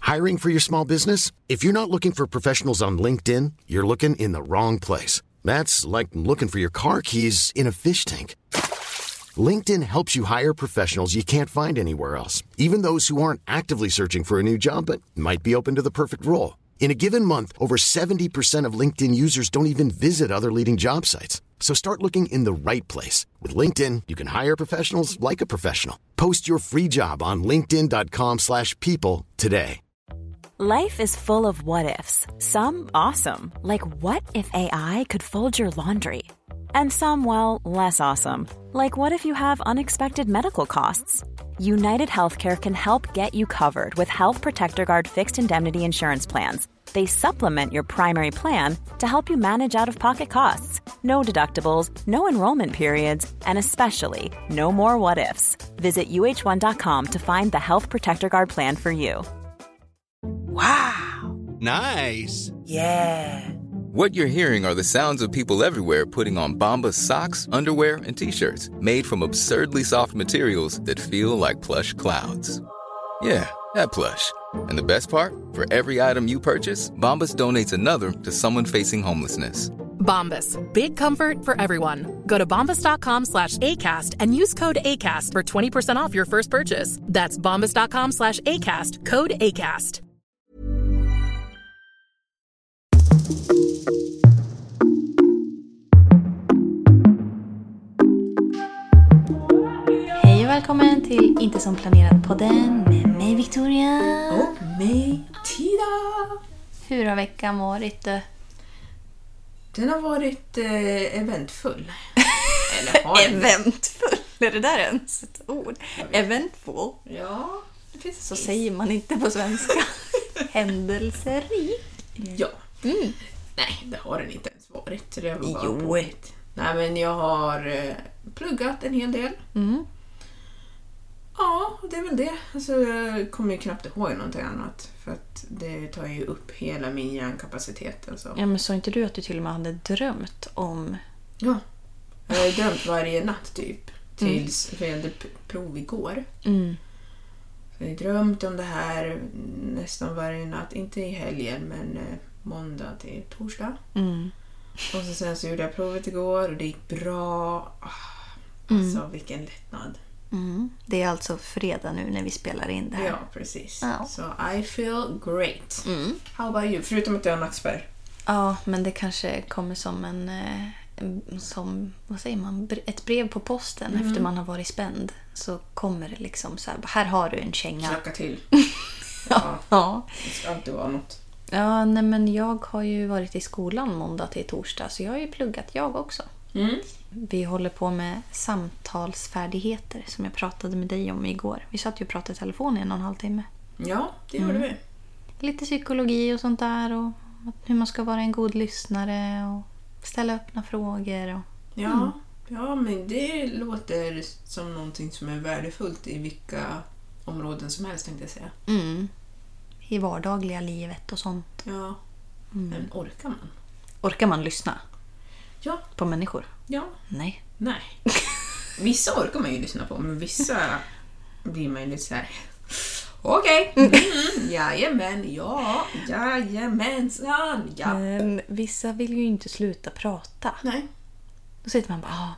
Hiring for your small business? If you're not looking for professionals on LinkedIn, you're looking in the wrong place. That's like looking for your car keys in a fish tank. LinkedIn helps you hire professionals you can't find anywhere else, even those who aren't actively searching for a new job but might be open to the perfect role. In a given month, over 70% of LinkedIn users don't even visit other leading job sites. So start looking in the right place. With LinkedIn, you can hire professionals like a professional. Post your free job on linkedin.com/people today. Life is full of what-ifs. Some awesome, like what if AI could fold your laundry? And some, well, less awesome, like what if you have unexpected medical costs? United Healthcare can help get you covered with Health Protector Guard fixed indemnity insurance plans. They supplement your primary plan to help you manage out-of-pocket costs. No deductibles, no enrollment periods, and especially no more what-ifs. Visit uh1.com to find the Health Protector Guard plan for you. Wow. Nice. Yeah. What you're hearing are the sounds of people everywhere putting on Bombas socks, underwear, and T-shirts made from absurdly soft materials that feel like plush clouds. Yeah, that plush. And the best part? For every item you purchase, Bombas donates another to someone facing homelessness. Bombas. Big comfort for everyone. Go to bombas.com/ACAST and use code ACAST for 20% off your first purchase. That's bombas.com/ACAST. Code ACAST. Hej och välkommen till Inte som planerat podden med mig Victoria Och mig Tida. Hur har veckan varit? Den har varit eventfull. Eller har Eventfull? Är det där ens ett ord? Eventful? Ja, det finns så säger man inte på svenska. Händelserik. Ja. Nej, det har den inte ens varit. Det var bara påhitt. Nej, men jag har pluggat en hel del. Ja, det är väl det. Alltså, jag kommer ju knappt ihåg någonting annat. För att det tar ju upp hela min hjärnkapacitet. Alltså. Ja, men sa inte du att du till och med hade drömt om... Ja, jag har drömt varje natt typ. Tills för jag hade prov igår. Så jag har drömt om det här nästan varje natt. Inte i helgen, men måndag till torsdag. Och sen så gjorde jag provet igår och det gick bra. Alltså, vilken lättnad. Det är alltså fredag nu när vi spelar in det här. Ja, precis. Så I feel great. How about you? Förutom att jag har nackspärr. Ja, men det kanske kommer som som, vad säger man, ett brev på posten efter man har varit spänd. Så kommer det liksom så här har du en känga. Knacka till. Ja. Det ska alltid vara något. Ja, nej, men jag har ju varit i skolan måndag till torsdag. Så jag har ju pluggat jag också. Vi håller på med samtalsfärdigheter som jag pratade med dig om igår. Vi satt ju och pratade i telefon i 1,5 timme. Ja, det gjorde vi. Lite psykologi och sånt där. Och hur man ska vara en god lyssnare. Och ställa öppna frågor. Och, ja, men det låter som någonting som är värdefullt i vilka områden som helst, tänkte jag säga. I vardagliga livet och sånt. Ja, men orkar man? Orkar man lyssna? Ja. På människor? Ja. Nej. Vissa orkar man ju lyssna på, men vissa blir man ju lite så här. Okej. Jajamän, jajamensan. Ja. Men vissa vill ju inte sluta prata. Nej. Då sitter man bara,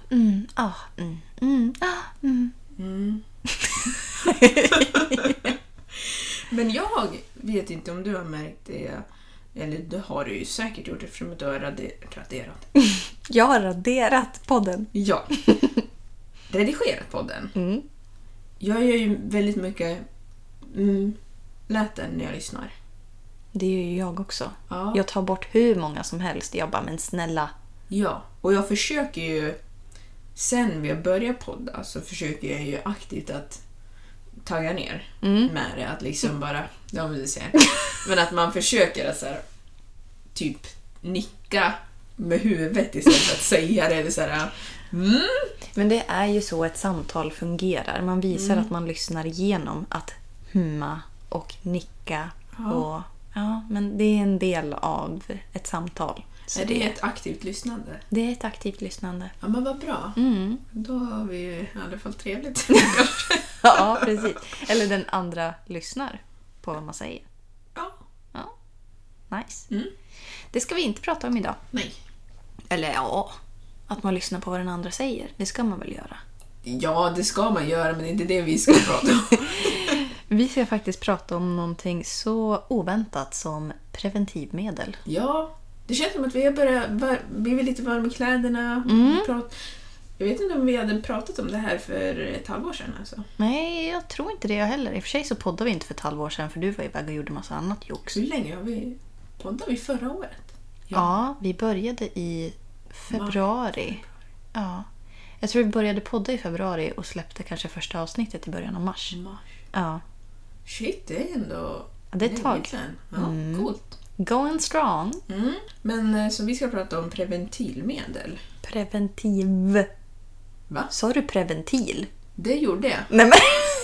Men jag vet inte om du har märkt det. Eller det har du ju säkert gjort eftersom du har raderat. Jag har raderat podden. Ja. Redigerat podden. Jag gör ju väldigt mycket läten när jag lyssnar. Det gör ju jag också. Ja. Jag tar bort hur många som helst. Jag bara, men snälla. Ja, och jag försöker ju sen vi har börjat podda så försöker jag ju aktivt att tagga ner med det. Att liksom bara, ja vill säga. Men att man försöker att så här, typ nicka med huvudet istället för att säga det. Eller så här, Men det är ju så ett samtal fungerar. Man visar att man lyssnar igenom att humma och nicka. Och, men det är en del av ett samtal. Så det är ett aktivt lyssnande? Det är ett aktivt lyssnande. Ja, men vad bra. Då har vi ju i alla fall trevligt. Ja, precis. Eller den andra lyssnar på vad man säger. Nice. Det ska vi inte prata om idag. Nej. Eller ja, att man lyssnar på vad den andra säger. Det ska man väl göra. Ja, det ska man göra, men det är inte det vi ska prata om. Vi ska faktiskt prata om någonting så oväntat som preventivmedel. Ja, det känns som att vi har börjat bli lite varma i kläderna. Jag vet inte om vi hade pratat om det här för ett halvår sedan. Alltså. Nej, jag tror inte det jag heller. I och för sig så poddade vi inte för ett halvår sedan, för du var iväg och gjorde massa annat jox. Hur länge har vi poddade vi förra året? Ja, vi började i februari. Ja. Jag tror vi började podda i februari och släppte kanske första avsnittet i början av mars. Ja. Shit, det är ändå... Ja, det är ett tag. Ja, coolt. Going strong. Men så vi ska prata om preventivmedel. Preventiv. Va? Sa du preventil? Det gjorde jag. Nej, men...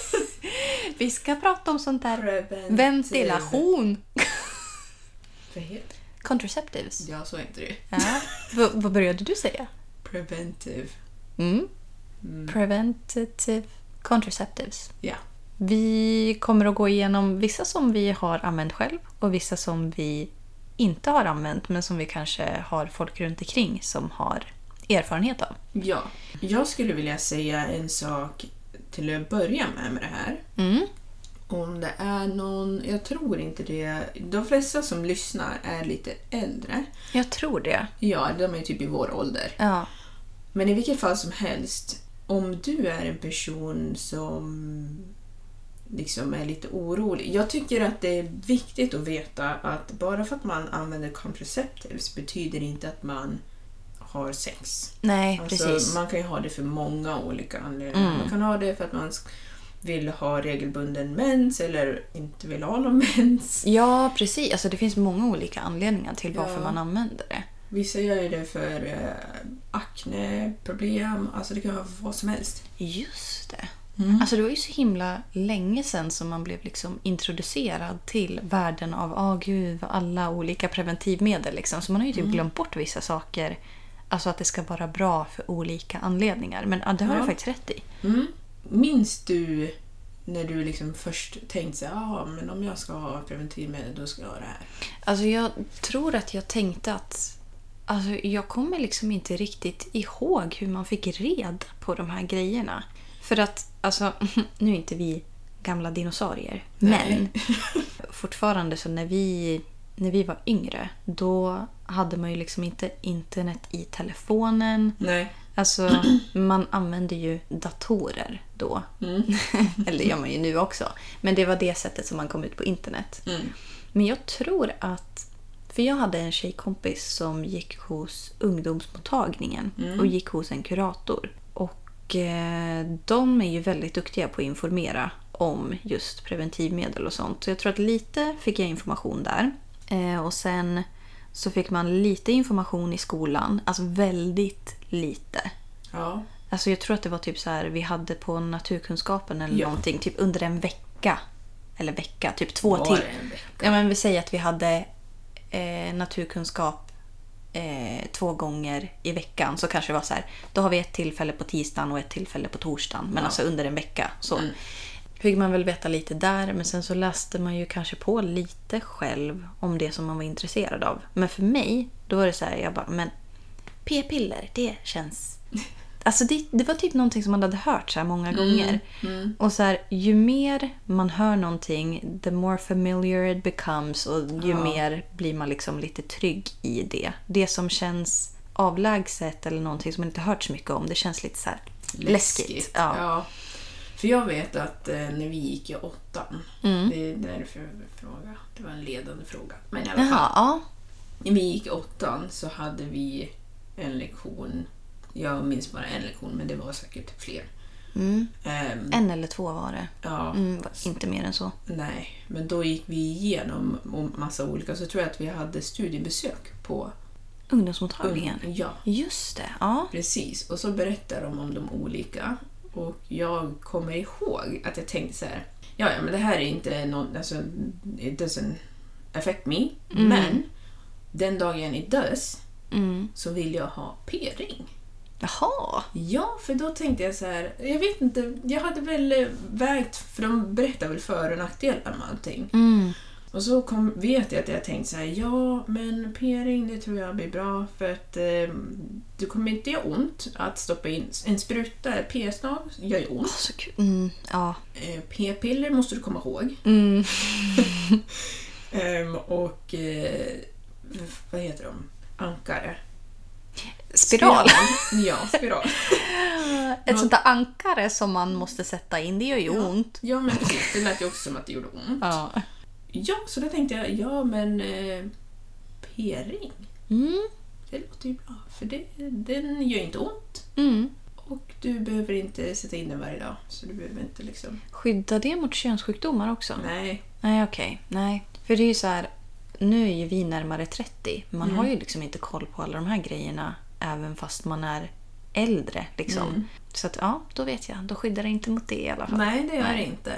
Vi ska prata om sånt där ventilation. Vad heter? Contraceptives. Ja, så är inte det. Ja. Vad började du säga? Preventive. Preventative contraceptives. Ja. Vi kommer att gå igenom vissa som vi har använt själv och vissa som vi inte har använt, men som vi kanske har folk runt omkring som har erfarenhet av. Ja, jag skulle vilja säga en sak till att börja med det här. Om det är någon, jag tror inte det, de flesta som lyssnar är lite äldre. Jag tror det. Ja, de är typ i vår ålder. Ja. Men i vilket fall som helst, om du är en person som liksom är lite orolig. Jag tycker att det är viktigt att veta att bara för att man använder contraceptives betyder inte att man har sex. Nej, alltså, precis. Man kan ju ha det för många olika anledningar. Man kan ha det för att man vill ha regelbunden mens eller inte vill ha någon mens. Ja, precis. Alltså, det finns många olika anledningar till varför man använder det. Vissa gör det för akneproblem. Alltså det kan vara vad som helst. Just det. Alltså det var ju så himla länge sedan som man blev liksom introducerad till världen av alla olika preventivmedel. Liksom. Så man har ju typ glömt bort vissa saker. Alltså att det ska vara bra för olika anledningar. Men det har du faktiskt rätt i. Minns du när du liksom först tänkte så men om jag ska ha preventivmedel då ska jag ha det här? Alltså jag tror att jag tänkte att alltså jag kommer liksom inte riktigt ihåg hur man fick reda på de här grejerna. För att, alltså, nu är inte vi gamla dinosaurier. Nej. Men fortfarande så när vi var yngre, då hade man ju liksom inte internet i telefonen. Nej. Alltså, man använde ju datorer då. Eller det gör man ju nu också. Men det var det sättet som man kom ut på internet. Men jag tror att... För jag hade en tjejkompis som gick hos ungdomsmottagningen och gick hos en kurator. Och de är ju väldigt duktiga på att informera om just preventivmedel och sånt. Så jag tror att lite fick jag information där. Och sen så fick man lite information i skolan. Alltså väldigt lite. Ja. Alltså jag tror att det var typ så här, vi hade på naturkunskapen eller någonting. Typ under en vecka. Eller vecka, typ 2 till. Ja, men vi säger att vi hade naturkunskap 2 gånger i veckan. Så kanske det var så här, då har vi ett tillfälle på tisdagen och ett tillfälle på torsdagen. Men alltså under en vecka. Så fick man väl veta lite där. Men sen så läste man ju kanske på lite själv om det som man var intresserad av. Men för mig, då var det så här, jag bara, men p-piller, det känns... Alltså det var typ någonting som man hade hört så här många gånger. Och så här, ju mer man hör någonting, the more familiar it becomes. Och ju mer blir man liksom lite trygg i det. Det som känns avlägset eller någonting som man inte hört så mycket om, det känns lite så här läskigt. Ja. För jag vet att när vi gick i 8:an, det är därför jag fråga. Det var en ledande fråga. Men i alla fall, när vi gick i 8:an så hade vi en lektion. Jag minns bara en lektion, men det var säkert fler. 1 eller 2 var det. Ja. Inte mer än så. Nej, men då gick vi igenom massa olika. Så tror jag att vi hade studiebesök på ungdomsmottagningen. Ja. Just det, ja. Precis, och så berättar de om de olika. Och jag kommer ihåg att jag tänkte så här, ja men det här är inte någon, alltså it doesn't affect me. Men den dagen it does så vill jag ha p-ring. Jaha. Ja, för då tänkte jag så här, jag vet inte, jag hade väl vägt, för de berättar väl för- och nackdelar med allting. Och så vet jag att jag tänkte så här, ja men p-ring det tror jag blir bra för att det kommer inte göra ont att stoppa in en spruta, p-snav gör ju ont. Så kul. Ja. P-piller måste du komma ihåg. Och vad heter de? Ankare. Spiral. Ja, spiral. Ett sånt där ankare som man måste sätta in, det gör ju ont. Ja, men precis. Det lät ju också som att det gjorde ont. Ja, så då tänkte jag, ja men p-ring. Det låter ju bra, för den gör inte ont. Och du behöver inte sätta in den varje dag, så du behöver inte liksom... Skyddar det mot könssjukdomar också? Nej. Nej, okej. Nej. För det är ju så här, nu är ju vi närmare 30. Man har ju liksom inte koll på alla de här grejerna, även fast man är äldre liksom. Så att ja, då vet jag. Då skyddar det inte mot det i alla fall. Nej, det gör det inte.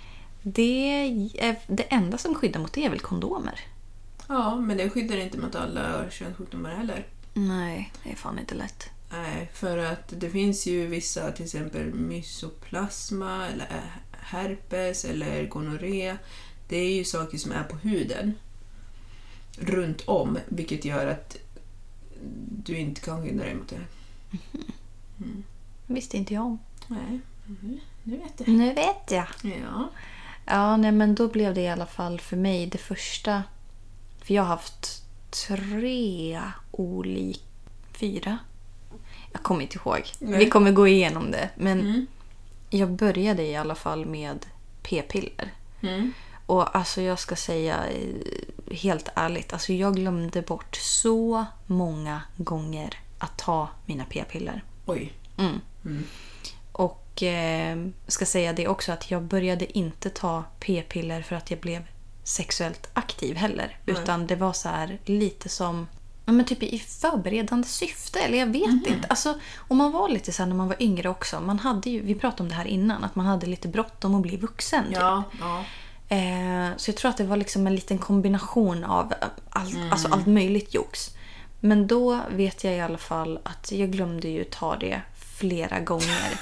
Det enda som skyddar mot det är väl kondomer. Ja, men det skyddar inte mot alla könssjukdomar heller. Nej, det är fan inte lätt. Nej, för att det finns ju vissa, till exempel myxoplasma eller herpes eller gonorré. Det är ju saker som är på huden runt om, vilket gör att du inte kan skydda dig mot det. Visste inte jag om. Nej, nu vet jag. Nu vet jag. Ja. Ja, nej, men då blev det i alla fall för mig det första. För jag har haft 4. Jag kommer inte ihåg. Nej. Vi kommer gå igenom det. Men jag började i alla fall med p-piller. Och alltså jag ska säga helt ärligt. Alltså jag glömde bort så många gånger att ta mina p-piller. Oj. Och ska säga det också att jag började inte ta p-piller för att jag blev sexuellt aktiv heller. Nej. Utan det var så här lite som men typ i förberedande syfte. Eller jag vet inte. Alltså, och man var lite så här när man var yngre också. Man hade ju, vi pratade om det här innan. Att man hade lite bråttom att bli vuxen. Typ. Ja. Så jag tror att det var liksom en liten kombination av allt möjligt jox. Men då vet jag i alla fall att jag glömde ju ta det flera gånger.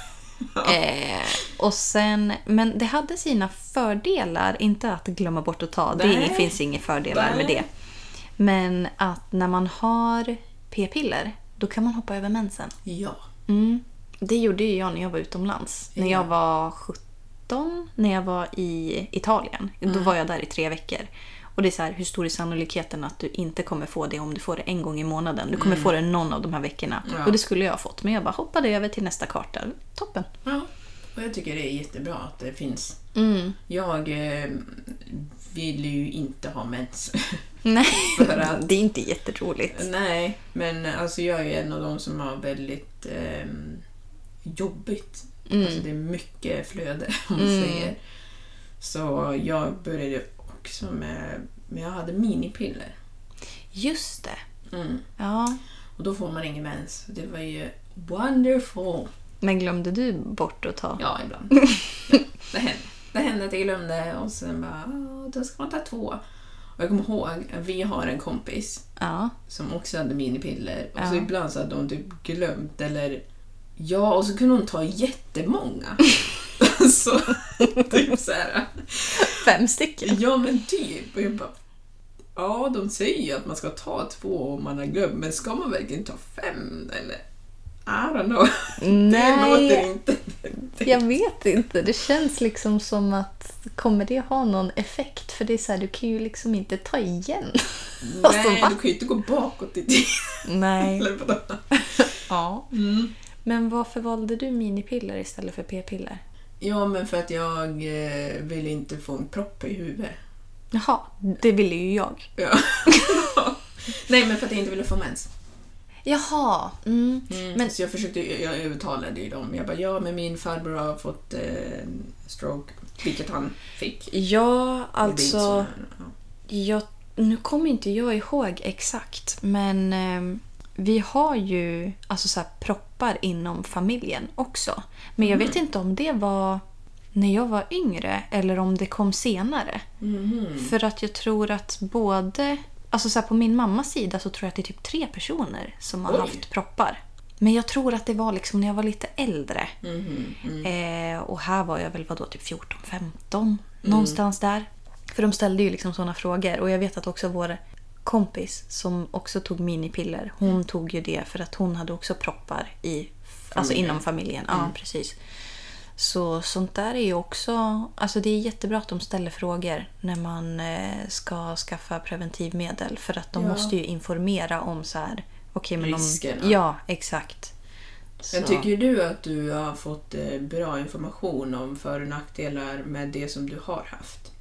Och sen, men det hade sina fördelar, inte att glömma bort att ta. Det finns inga fördelar med det. Men att när man har p-piller, då kan man hoppa över mensen. Ja. Det gjorde ju jag när jag var utomlands. När jag var 17, när jag var i Italien. Då var jag där i 3 veckor. Och det är så här, hur stor är sannolikheten att du inte kommer få det om du får det en gång i månaden. Du kommer få det någon av de här veckorna. Ja. Och det skulle jag ha fått. Men jag bara hoppade över till nästa karta. Toppen. Ja, och jag tycker det är jättebra att det finns. Jag vill ju inte ha mens. Nej, det är inte jätteroligt. Nej, men alltså jag är en av de som har väldigt jobbigt. Alltså det är mycket flöde om man säger. Så jag började också med jag hade minipiller. Just det. Ja. Och då får man ingen mens. Det var ju wonderful. Men glömde du bort att ta? Ja, ibland. Det hände att jag glömde och sen bara, då ska man ta 2. Och jag kommer ihåg att vi har en kompis som också hade minipiller. Och så ibland så hade hon typ glömt eller och så kunde hon ta jättemånga. Så typ så här 5 stycken. Ja, men typ. Och jag bara, de säger ju att man ska ta 2 om man har glömt. Men ska man verkligen ta 5? Eller, I don't know. Nej, det låter inte. Jag vet inte. Det känns liksom som att kommer det ha någon effekt? För det är så här, du kan ju liksom inte ta igen. Nej, du kan ju inte gå bakåt i tid. Nej. Ja. Men varför valde du minipiller istället för p-piller? Ja, men för att jag ville inte få en propp i huvudet. Jaha, det ville ju jag. Ja. Nej, men för att jag inte ville få mens. Jaha. Men så jag övertalade ju dem. Jag bara, men min farbror har fått stroke, vilket han fick. Ja, alltså nu kommer inte jag ihåg exakt, men vi har ju alltså så här proppar inom familjen också. Men jag vet inte om det var när jag var yngre eller om det kom senare. För att jag tror att både alltså så här, på min mammas sida så tror jag att det är typ 3 personer som har haft proppar. Men jag tror att det var liksom när jag var lite äldre. Och här var jag väl typ 14-15 någonstans där. För de ställde ju liksom sådana frågor. Och jag vet att också vår kompis som också tog minipiller, hon tog ju det för att hon hade också proppar alltså inom familjen. Ja, precis. Så sånt där är ju också... Alltså det är jättebra att de ställer frågor när man ska skaffa preventivmedel. För att de måste ju informera om så här... Okej, men riskerna. Ja, exakt. Men tycker du att du har fått bra information om för- och nackdelar med det som du har haft?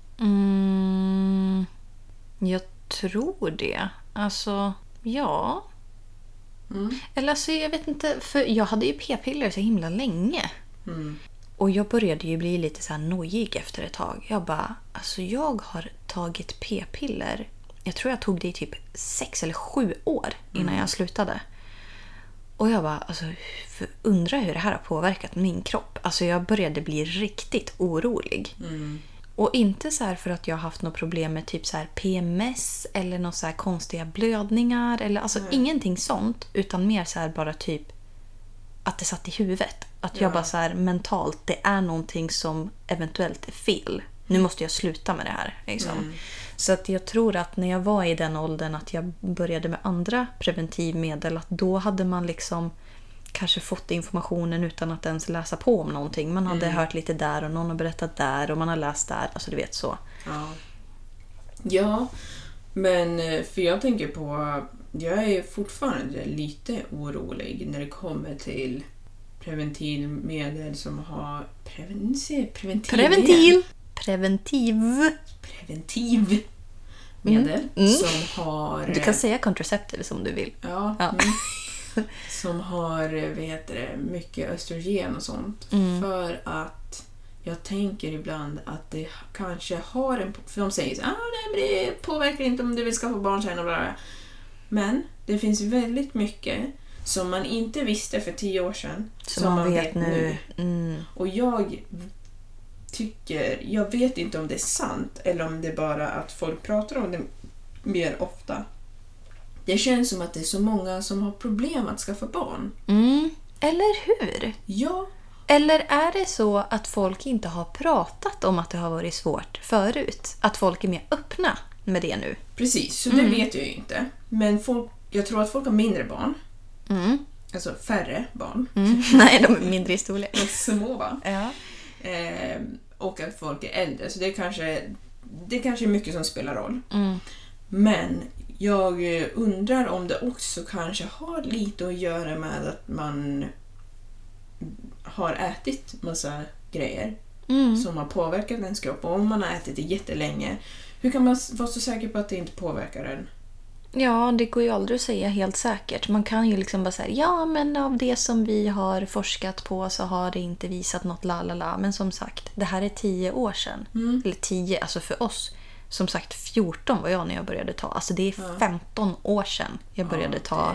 Jag tror det. Alltså, ja. Eller alltså, jag vet inte. För jag hade ju p-piller så himla länge. Och jag började ju bli lite så här nojig efter ett tag. Jag bara, alltså jag har tagit p-piller. Jag tror jag tog det i typ 6 eller 7 år innan jag slutade. Och jag bara, alltså, undrar hur det här har påverkat min kropp. Alltså jag började bli riktigt orolig. Och inte så här för att jag har haft något problem med typ så här PMS eller några så här konstiga blödningar. Eller, alltså ingenting sånt. Utan mer så här bara typ att det satt i huvudet. Att jag bara så här mentalt, det är någonting som eventuellt är fel. Nu måste jag sluta med det här. Liksom. Så att jag tror att när jag var i den åldern att jag började med andra preventivmedel, att då hade man liksom kanske fått informationen utan att ens läsa på om någonting. Man hade hört lite där och någon har berättat där och man har läst där. Alltså du vet så. Ja, men för jag tänker på... Jag är fortfarande lite orolig när det kommer till preventivmedel som har... Preventivmedel som har... Du kan säga contraceptive som du vill. Ja. Som har mycket östrogen och sånt. För att jag tänker ibland att det kanske har en... För de säger så det påverkar inte om du vill skaffa barn sen och bla bla. Men det finns väldigt mycket som man inte visste för 10 år sedan som man vet nu. Och jag vet inte om det är sant eller om det är bara att folk pratar om det mer ofta. Det känns som att det är så många som har problem att skaffa barn. Eller hur? Ja. Eller är det så att folk inte har pratat om att det har varit svårt förut? Att folk är mer öppna med det nu? Precis, så det vet jag ju inte. Men jag tror att folk har mindre barn. Alltså färre barn. Nej, de är mindre i storlek. Små, va? Ja. Och att folk är äldre. Så det kanske är mycket som spelar roll. Men jag undrar om det också kanske har lite att göra med att man har ätit massa grejer som har påverkat ens kropp. Och om man har ätit det jättelänge, hur kan man vara så säker på att det inte påverkar en? Ja, det går ju aldrig att säga helt säkert. Man kan ju liksom bara säga, ja men av det som vi har forskat på så har det inte visat något lalala. Men som sagt, det här är 10 år sedan. Eller 10, alltså för oss. Som sagt, 14 var jag när jag började ta. Alltså det är 15 år sedan jag började ta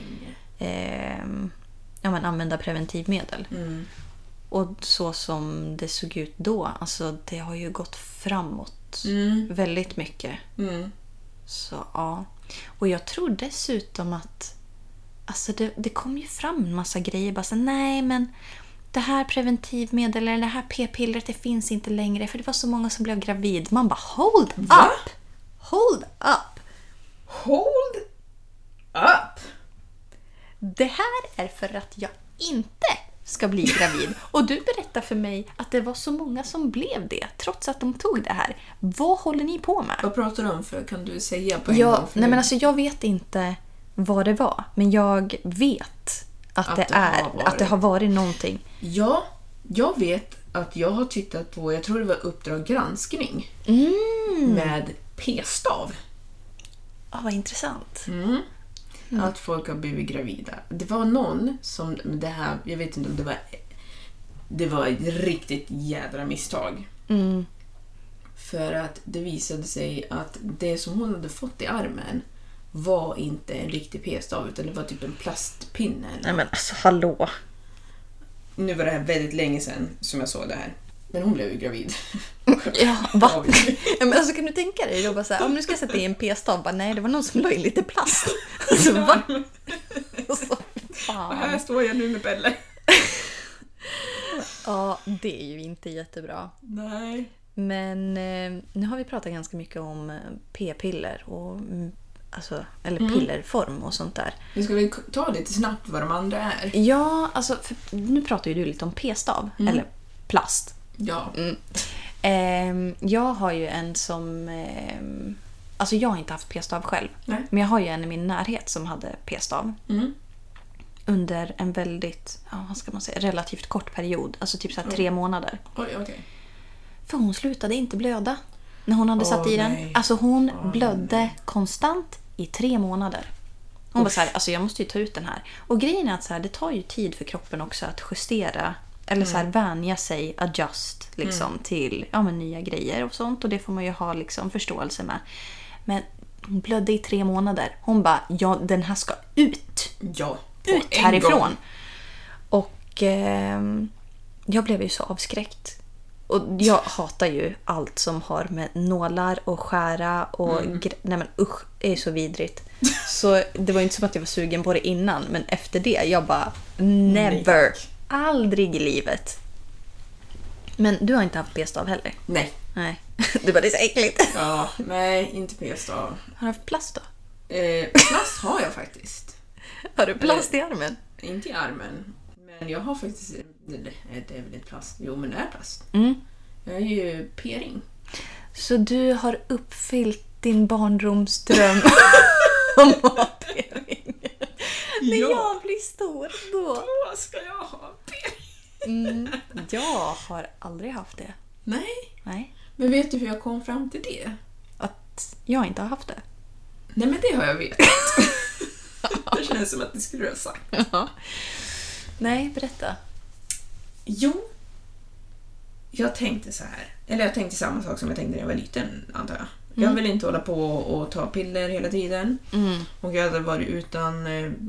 använda preventivmedel. Och så som det såg ut då, alltså det har ju gått framåt väldigt mycket. Så ja. Och jag tror dessutom att alltså det kom ju fram en massa grejer. Bara så, nej men det här preventivmedel eller det här p-pillret, det finns inte längre. För det var så många som blev gravid. Man bara, hold up! Hold up! Hold up! Det här är för att jag inte ska bli gravid. Och du berättar för mig att det var så många som blev det, trots att de tog det här. Vad håller ni på med? Vad pratar du om för? Kan du säga på en gång? Nej, men alltså, jag vet inte vad det var. Men jag vet att det har varit någonting. Ja, jag vet att jag har tittat på, jag tror det var Uppdrag granskning med p-stav. Vad intressant. Att folk har blivit gravida. Det var någon som det här, jag vet inte om det var ett riktigt jädra misstag. För att det visade sig att det som hon hade fått i armen var inte en riktig p-stav utan det var typ en plastpinne. Nej men alltså, hallå. Nu var det här väldigt länge sedan som jag såg det här. Men hon blev ju gravid. Ja, va? Men alltså, kan du tänka dig då bara så här, om nu ska jag sätta i en p-stav, bara, nej, det var någon som la in lite plast. Alltså, va? Alltså, fan. Och här står jag nu med Belle. Ja, det är ju inte jättebra. Nej. Men nu har vi pratat ganska mycket om p-piller och eller pillerform och sånt där. Nu ska vi ta lite snabbt vad de andra är. Ja, alltså nu pratar ju du lite om p-stav eller plast. Ja. Jag har ju en som alltså jag har inte haft p-stav själv. Nej. Men jag har ju en i min närhet som hade p-stav. Under en väldigt, vad ska man säga, relativt kort period. Alltså typ så här 3 månader. Oj, okej. För hon slutade inte blöda när hon hade satt i den. Nej. Alltså hon blödde konstant i 3 månader. Hon var så här, alltså jag måste ju ta ut den här. Och grejen är att så här, det tar ju tid för kroppen också att justera eller så här vänja sig, adjust liksom till nya grejer och sånt. Och det får man ju ha liksom förståelse med. Men hon blödde i 3 månader. Hon bara, den här ska ut. Ja. Ut härifrån. Och jag blev ju så avskräckt. Och jag hatar ju allt som har med nålar och skära och nej men usch, det är så vidrigt. Så det var inte som att jag var sugen på det innan, men efter det jag bara never, aldrig i livet. Men du har inte haft p-stav heller? Nej. Du bara, det är så äckligt. Ja, nej, inte p-stav. Har du haft plast då? Plast har jag faktiskt. Har du plast i armen? Inte i armen. Men jag har faktiskt... Det är väl inte plast. Jo, men det är plast. Jag är ju p-ring. Så du har uppfyllt din barndomsdröm om att ha p-ring. När jag blir stor då. Då ska jag ha p-ring. Jag har aldrig haft det. Nej. Men vet du hur jag kom fram till det? Att jag inte har haft det. Nej, men det har jag vetat. Det känns som att det skulle du ha sagt. Ja. Nej, berätta. Jo, jag tänkte så här. Eller jag tänkte samma sak som jag tänkte när jag var liten, antar jag. Jag ville inte hålla på och ta piller hela tiden. Och jag hade varit utan...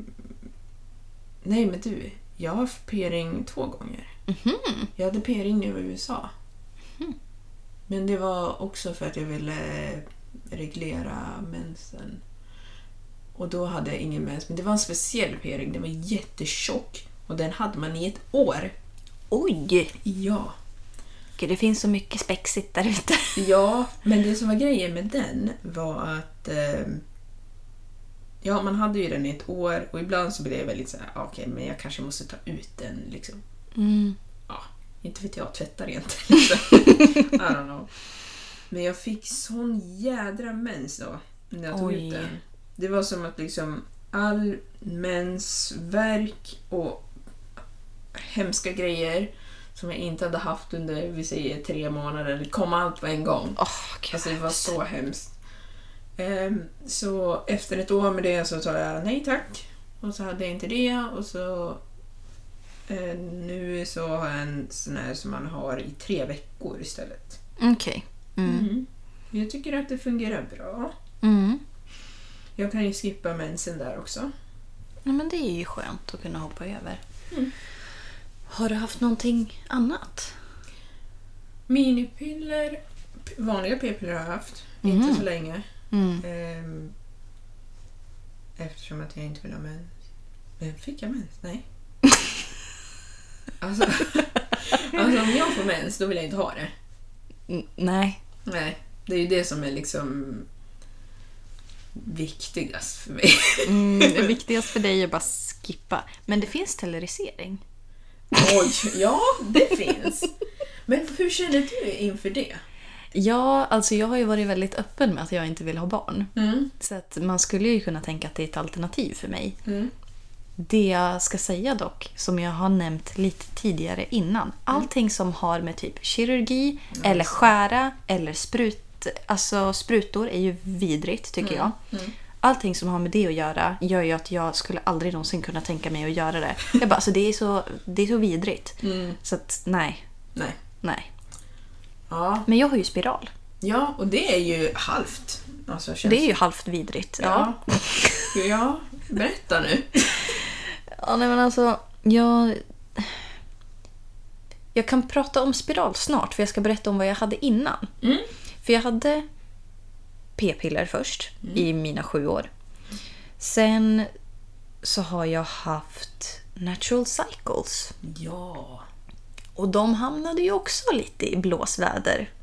Nej, men du. Jag har haft p-ring 2 gånger. Jag hade p-ring när jag var i USA. Men det var också för att jag ville reglera mensen. Och då hade jag ingen mens. Men det var en speciell p-ring. Den var jättetjock. Och den hade man i 1 år. Oj! Ja. Gud, det finns så mycket spexigt där ute. Ja, men det som var grejen med den var att... man hade ju den i 1 år. Och ibland så blev jag väldigt så här, okej, men jag kanske måste ta ut den liksom. Ja, inte vet jag, tvättar rent. I don't know. Men jag fick sån jädra mens då. När jag tog ut den. Det var som att liksom all mensvärk och hemska grejer som jag inte hade haft under, vi säger 3 månader, det kom allt på en gång. Alltså det var så hemskt. Så efter 1 år med det så sa jag nej tack. Och så hade jag inte det. Och så nu så har jag en sån här som man har i 3 veckor istället. Okej. Jag tycker att det fungerar bra. Jag kan ju skippa mensen där också. Ja, men det är ju skönt att kunna hoppa över. Har du haft någonting annat? Minipiller, vanliga p-piller har jag haft. Inte så länge. Eftersom att jag inte vill ha mens. Men fick jag mens? Nej. alltså om jag får mens, då vill jag inte ha det. Nej. Det är ju det som är liksom viktigast för mig. Det viktigast för dig är bara skippa. Men det finns sterilisering. Oj, ja, det finns. Men hur känner du inför det? Ja, alltså jag har ju varit väldigt öppen med att jag inte vill ha barn. Så att man skulle ju kunna tänka att det är ett alternativ för mig. Det jag ska säga dock, som jag har nämnt lite tidigare innan. Allting som har med typ kirurgi eller skära eller sprutor är ju vidrigt tycker jag. Allting som har med det att göra gör ju att jag skulle aldrig någonsin kunna tänka mig att göra det. Jag bara, alltså det är så vidrigt. Så att nej. Ja. Men jag har ju spiral. Ja, och det är ju halvt. Alltså, det är ju halvt vidrigt. Ja, berätta nu. Ja, nej men alltså jag kan prata om spiral snart, för jag ska berätta om vad jag hade innan. För jag hade p-piller först i mina 7 år. Sen så har jag haft natural cycles. Ja. Och de hamnade ju också lite i blåsväder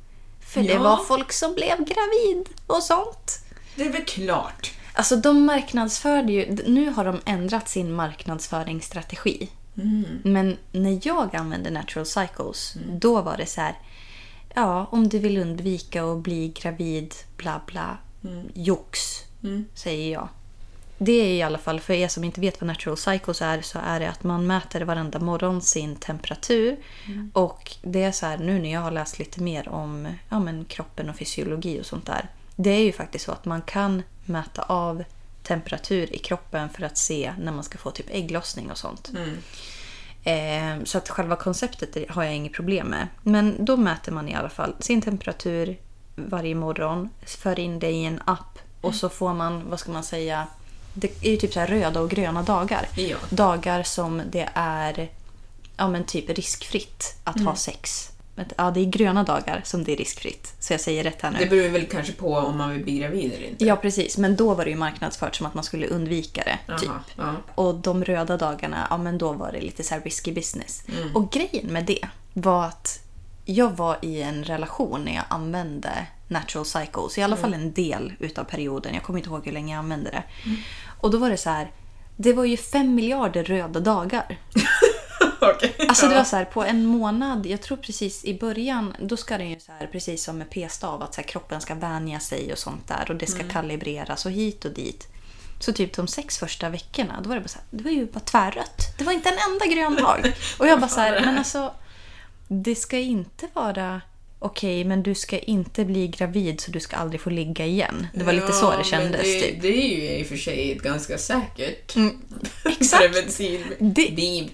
För det var folk som blev gravid och sånt. Det är väl klart. Alltså de marknadsförde ju... Nu har de ändrat sin marknadsföringsstrategi. Men när jag använde Natural Cycles, då var det så här... Ja, om du vill undvika att bli gravid, bla bla, jox, säger jag. Det är i alla fall, för er som inte vet vad Natural Cycles är, så är det att man mäter varenda morgon sin temperatur. Och det är så här, nu när jag har läst lite mer om kroppen och fysiologi och sånt där. Det är ju faktiskt så att man kan mäta av temperatur i kroppen för att se när man ska få typ ägglossning och sånt. Så att själva konceptet har jag inget problem med. Men då mäter man i alla fall sin temperatur varje morgon, för in det i en app och så får man, vad ska man säga, det är ju typ så här röda och gröna dagar. Ja. Dagar som det är typ riskfritt att ha sex. Ja, det är gröna dagar som det är riskfritt. Så jag säger rätt här nu. Det beror väl kanske på om man vill bli gravid eller inte. Ja, precis. Men då var det ju marknadsfört som att man skulle undvika det. Typ. Ja. Och de röda dagarna, men då var det lite så här risky business. Och grejen med det var att jag var i en relation när jag använde Natural Cycles. I alla fall en del utav perioden. Jag kommer inte ihåg hur länge jag använde det. Och då var det så här... Det var ju 5 miljarder röda dagar. Okay, alltså det var så här, på en månad, jag tror precis i början, då ska det ju så här, precis som med p-stav, att så här, kroppen ska vänja sig och sånt där, och det ska kalibreras och hit och dit. Så typ de 6 första veckorna, då var det bara så här, det var ju bara tvärrött. Det var inte en enda grön dag. Och jag bara så här, men alltså det ska inte vara okej, men du ska inte bli gravid så du ska aldrig få ligga igen. Det var lite så det kändes. Typ. Det är ju i och för sig ett ganska säkert exakt. preventivmedel.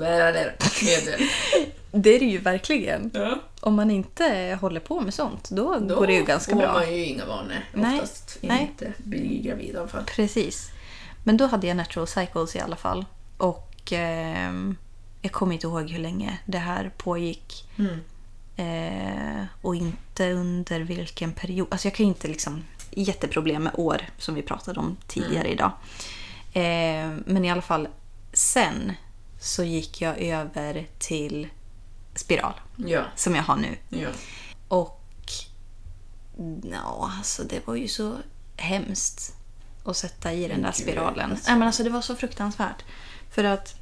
Det är det ju verkligen. Ja. Om man inte håller på med sånt, då går det ju ganska bra. Då får man ju inga vanor. Oftast inte bli gravid i alla fall. Precis. Men då hade jag Natural Cycles i alla fall. Och jag kommer inte ihåg hur länge det här pågick. Och inte under vilken period. Alltså jag kan inte liksom... Jätteproblem med år som vi pratade om tidigare idag. Men i alla fall sen så gick jag över till spiral. Ja. Som jag har nu. Ja. Och alltså det var ju så hemskt att sätta i den där spiralen. Nej, men alltså det var så fruktansvärt. För att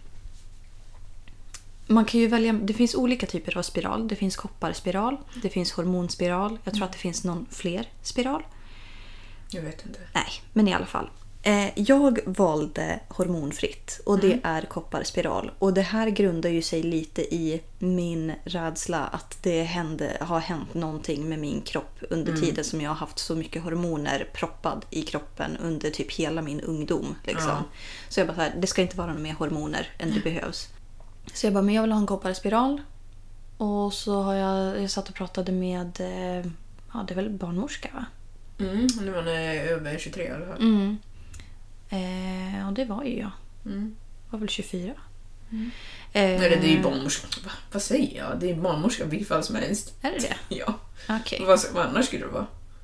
man kan ju välja, det finns olika typer av spiral. Det finns kopparspiral, det finns hormonspiral. Jag tror att det finns någon fler spiral. Jag vet inte. Nej, men i alla fall. Jag valde hormonfritt och det är kopparspiral. Och det här grundar ju sig lite i min rädsla att det har hänt någonting med min kropp under tiden som jag har haft så mycket hormoner proppad i kroppen under typ hela min ungdom. Liksom. Ja. Så jag bara så här, det ska inte vara några mer hormoner än det behövs. Så jag bara, men jag vill ha en kopparspiral. Och så har jag satt och pratade med, det är väl barnmorska va? Nu var det över 23 i alla fall. Och det var ju jag. Var väl 24. Nej, det är ju barnmorska. Vad säger jag? Det är barnmorska vilket fall som helst. Är det? Ja. Okay. Vad annars skulle det vara?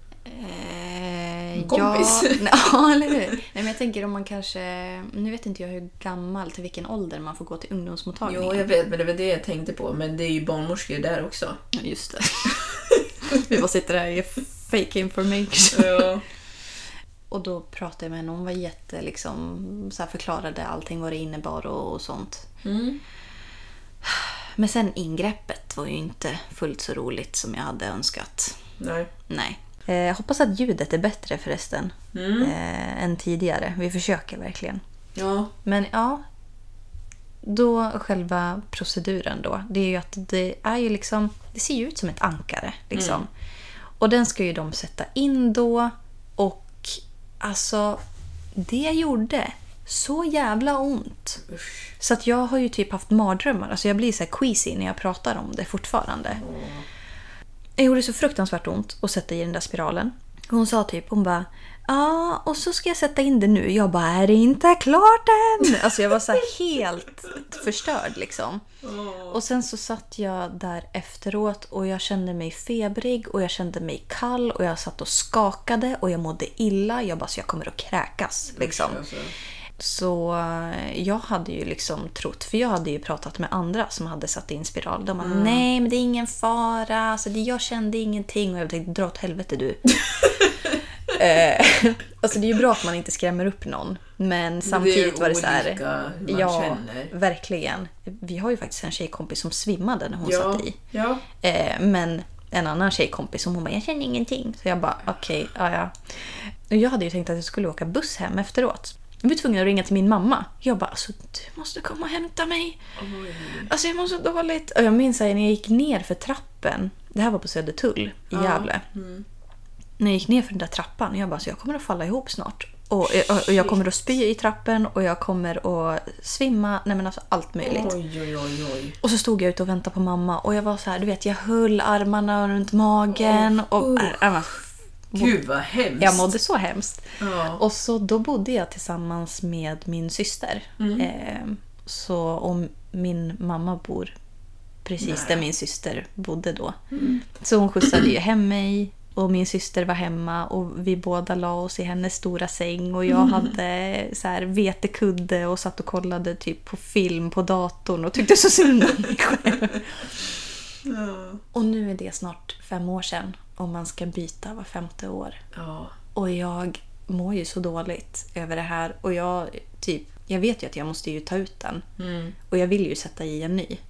Kompis. Ja, eller hur? Nej, men jag tänker om man kanske... Nu vet inte jag hur gammal, till vilken ålder man får gå till ungdomsmottagningen. Jo, jag vet, men det var det jag tänkte på. Men det är ju barnmorskor där också. Ja, just det. Vi bara sitter där i fake information. Ja. Och då pratade jag med henne. Hon var jätte liksom, så här förklarade allting vad det innebar och sånt. Men sen ingreppet var ju inte fullt så roligt som jag hade önskat. Nej. Jag hoppas att ljudet är bättre förresten än tidigare. Vi försöker verkligen. Ja. Men ja, då själva proceduren då. Det är ju att det är ju liksom, det ser ju ut som ett ankare liksom. Och den ska ju de sätta in då. Och alltså, det gjorde så jävla ont. Usch. Så att jag har ju typ haft mardrömmar. Alltså jag blir så här queasy när jag pratar om det fortfarande. Det gjorde så fruktansvärt ont att sätta i den där spiralen. Hon sa typ, hon bara, ja, och så ska jag sätta in det nu. Jag bara, är det inte klart än? Alltså jag var så här helt förstörd liksom. Och sen så satt jag där efteråt och jag kände mig febrig och jag kände mig kall och jag satt och skakade och jag mådde illa. Jag bara, så jag kommer att kräkas liksom. Så jag hade ju liksom trott, för jag hade ju pratat med andra som hade satt in spiral. De bara, nej men det är ingen fara, alltså, jag kände ingenting. Och jag tänkte, dra åt helvete du. Alltså det är ju bra att man inte skrämmer upp någon. Men samtidigt var det så här, ja, känner. Verkligen. Vi har ju faktiskt en tjejkompis som svimmade när hon satt i. Ja. Men en annan tjejkompis som hon bara, jag känner ingenting. Så jag bara, okej, ja. Och jag hade ju tänkt att jag skulle åka buss hem efteråt. Jag var tvungen att ringa till min mamma. Jag bara, alltså du måste komma och hämta mig. Alltså jag mår så dåligt. Och jag minns när jag gick ner för trappen. Det här var på Södertull i Gävle. När jag gick ner för den där trappan. Jag bara, så jag kommer att falla ihop snart. Och jag kommer att spy i trappen. Och jag kommer att svimma. Nej men alltså allt möjligt. Oj. Och så stod jag ute och väntade på mamma. Och jag var så här, du vet, jag höll armarna runt magen. Gud vad hemskt. Jag mådde så hemskt. Och så då bodde jag tillsammans med min syster. Så om min mamma bor precis där min syster bodde då. Så hon skjutsade ju hem mig. Och min syster var hemma. Och vi båda la oss i hennes stora säng. Och jag hade så här vetekudde. Och satt och kollade typ på film på datorn. Och tyckte så synd om mig själv. Och nu är det snart 5 år sedan. Om man ska byta var 5:e år. Och jag mår ju så dåligt över det här. Och jag vet ju att jag måste ju ta ut den. Och jag vill ju sätta i en ny.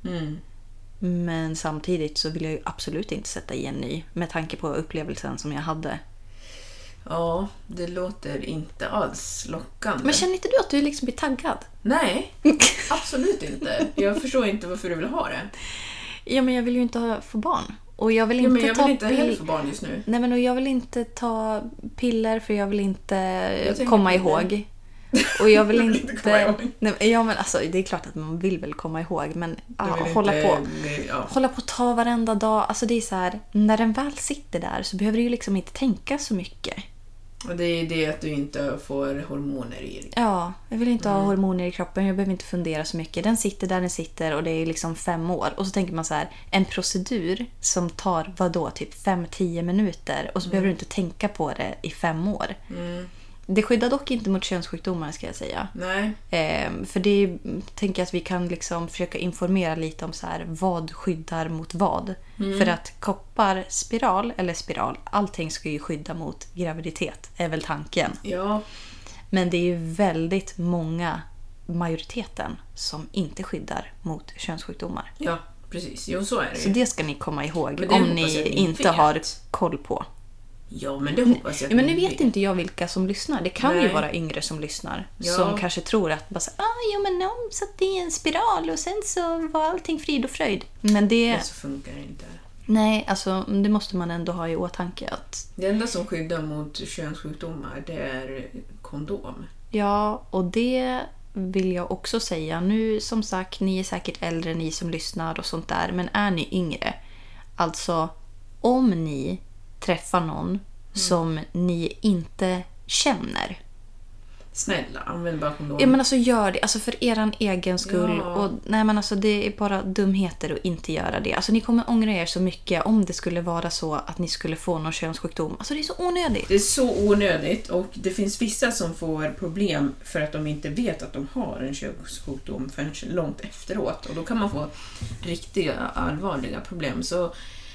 Men samtidigt så vill jag ju absolut inte sätta i en ny. Med tanke på upplevelsen som jag hade. Ja, det låter inte alls lockande. Men känner inte du att du liksom blir taggad? Nej, absolut inte. Jag förstår inte varför du vill ha det. Ja, men jag vill ju inte få barn. Och jag vill inte heller få barn just nu. Nej, men och jag vill inte ta piller för jag vill inte komma ihåg. Och jag vill inte Nej, ja, men alltså det är klart att man vill väl komma ihåg, men hålla på att ta varenda dag. Alltså det är så här, när den väl sitter där så behöver du ju liksom inte tänka så mycket. Och det är det att du inte får hormoner i. Ja, jag vill inte ha hormoner i kroppen. Jag behöver inte fundera så mycket. Den sitter där den sitter och det är liksom 5 år. Och så tänker man så här, en procedur som tar, vadå, typ 5-10 minuter. Och så behöver du inte tänka på det i 5 år. Det skyddar dock inte mot könssjukdomar, ska jag säga. Nej. För det tänker jag att vi kan liksom försöka informera lite om så här, vad skyddar mot vad. För att kopparspiral, allting ska ju skydda mot graviditet, är väl tanken. Ja. Men det är ju väldigt många, majoriteten, som inte skyddar mot könssjukdomar. Ja, precis. Jo, så är det. Så det ska ni komma ihåg om ni inte har koll på. Ja, men det hoppas jag. Men nu vet inte jag vilka som lyssnar. Det kan ju vara yngre som lyssnar. Som kanske tror att bara så, men de satt i en spiral och sen så var allting frid och fröjd. Men det så funkar det inte. Nej, alltså det måste man ändå ha i åtanke att det enda som skyddar mot könssjukdomar, det är kondom. Ja, och det vill jag också säga. Nu som sagt, ni är säkert äldre, ni som lyssnar och sånt där. Men är ni yngre, alltså om ni träffar någon som ni inte känner, snälla, använd bara kondom. Ja, men alltså gör det, alltså för eran egen skull. Och nej, men alltså det är bara dumheter att inte göra det. Alltså ni kommer ångra er så mycket om det skulle vara så att ni skulle få någon könssjukdom. Alltså det är så onödigt. Det är så onödigt, och det finns vissa som får problem för att de inte vet att de har en könssjukdom förrän långt efteråt. Och då kan man få riktiga allvarliga problem. Så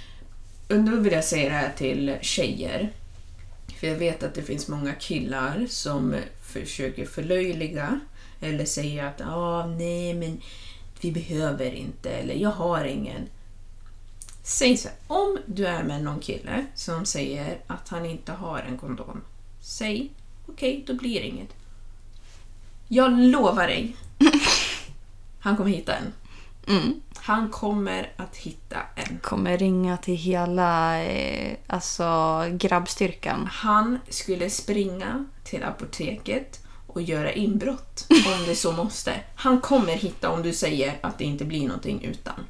då vill jag säga det här till tjejer. För jag vet att det finns många killar som försöker förlöjliga eller säga att nej, men vi behöver inte, eller jag har ingen. Säg så här, om du är med någon kille som säger att han inte har en kondom, säg okej, då blir det inget. Jag lovar dig, han kommer hitta en. Han kommer att hitta en. Kommer ringa till hela grabbstyrkan. Han skulle springa till apoteket och göra inbrott om det så måste. Han kommer hitta, om du säger att det inte blir någonting utan.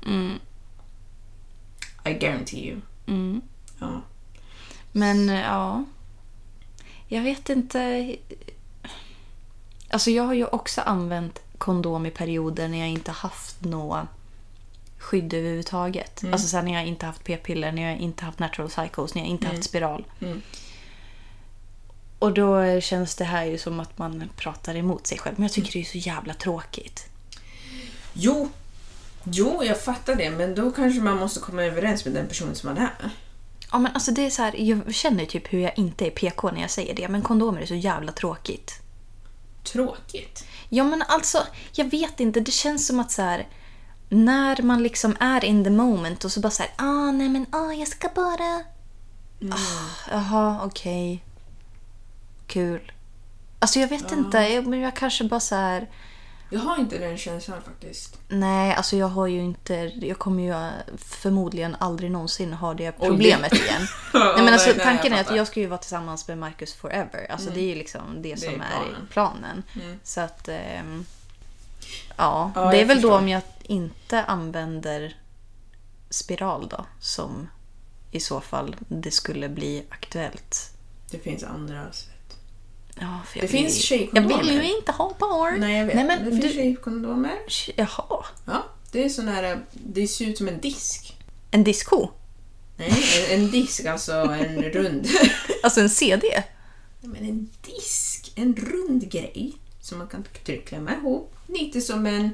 I guarantee you. Ja. Men ja, jag vet inte. Alltså jag har ju också använt kondom i perioder när jag inte haft något skydd överhuvudtaget. Alltså sen när jag inte haft p-piller, när jag inte haft natural cycles, när jag inte haft spiral. Och då känns det här ju som att man pratar emot sig själv. Men jag tycker det är så jävla tråkigt. Jo, jag fattar det. Men då kanske man måste komma överens med den personen som man är. Ja, men alltså det är så här, jag känner typ hur jag inte är PK när jag säger det. Men kondomer är så jävla tråkigt. Tråkigt? Ja, men alltså, jag vet inte. Det känns som att så här, när man liksom är in the moment och så bara så här, jag ska bara... Jaha, okej. Kul. Alltså jag vet inte, jag kanske bara så här... Jag har inte den känslan faktiskt. Nej, alltså jag kommer ju förmodligen aldrig någonsin ha det problemet igen. Nej, men alltså tanken är att jag ska ju vara tillsammans med Marcus forever. Alltså det är ju liksom det som är planen. Så att det är väl då om jag inte använder spiral då, som i så fall det skulle bli aktuellt. Det finns andra sätt. Ja, det finns tjejkondomer. Jag vill ju inte ha barn. Nej, jag vet. Nej, men det finns tjejkondomer. Jaha. Ja, det är sån här, det ser ut som en disk. En diskho? Nej, en disk, alltså en rund. Alltså en CD? Men en disk, en rund grej som man kan klämma ihop. Lite som en